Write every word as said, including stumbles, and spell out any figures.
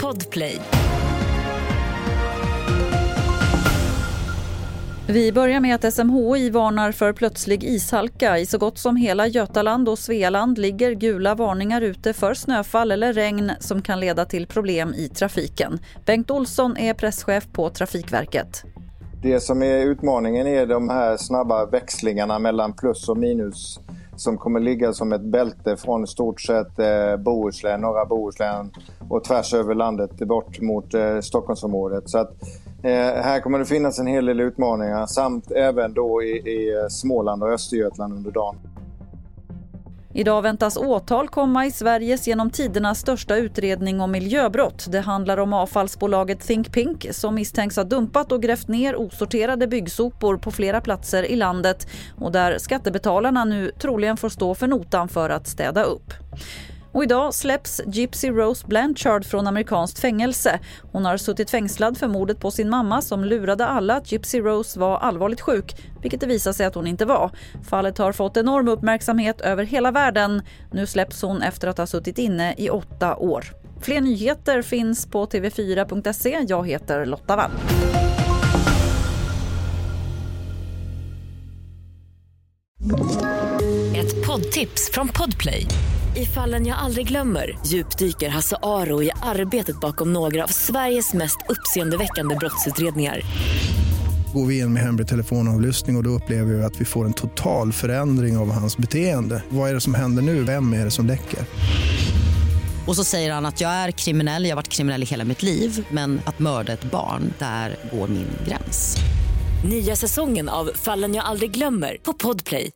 Podplay. Vi börjar med att S M H I varnar för plötslig ishalka. I så gott som hela Götaland och Svealand ligger gula varningar ute för snöfall eller regn som kan leda till problem i trafiken. Bengt Olsson är presschef på Trafikverket. Det som är utmaningen är de här snabba växlingarna mellan plus och minus som kommer ligga som ett bälte från stort sett eh, Bohuslän, norra Bohuslän och tvärs över landet bort mot eh, Stockholmsområdet. Så att eh, här kommer det finnas en hel del utmaningar samt även då i, i Småland och Östergötland under dagen. Idag väntas åtal komma i Sveriges genom tidernas största utredning om miljöbrott. Det handlar om avfallsbolaget Think Pink som misstänks ha dumpat och grävt ner osorterade byggsopor på flera platser i landet och där skattebetalarna nu troligen får stå för notan för att städa upp. Och idag släpps Gypsy Rose Blanchard från amerikanskt fängelse. Hon har suttit fängslad för mordet på sin mamma som lurade alla att Gypsy Rose var allvarligt sjuk, vilket det visade sig att hon inte var. Fallet har fått enorm uppmärksamhet över hela världen. Nu släpps hon efter att ha suttit inne i åtta år. Fler nyheter finns på t v fyra punkt se. Jag heter Lotta Wall. Ett poddtips från Podplay. I Fallen jag aldrig glömmer djupdyker Hasse Aro i arbetet bakom några av Sveriges mest uppseendeväckande brottsutredningar. Går vi in med hemlig telefonavlyssning och, och då upplever vi att vi får en total förändring av hans beteende. Vad är det som händer nu? Vem är det som läcker? Och så säger han att jag är kriminell, jag har varit kriminell i hela mitt liv. Men att mörda ett barn, där går min gräns. Nya säsongen av Fallen jag aldrig glömmer på Podplay.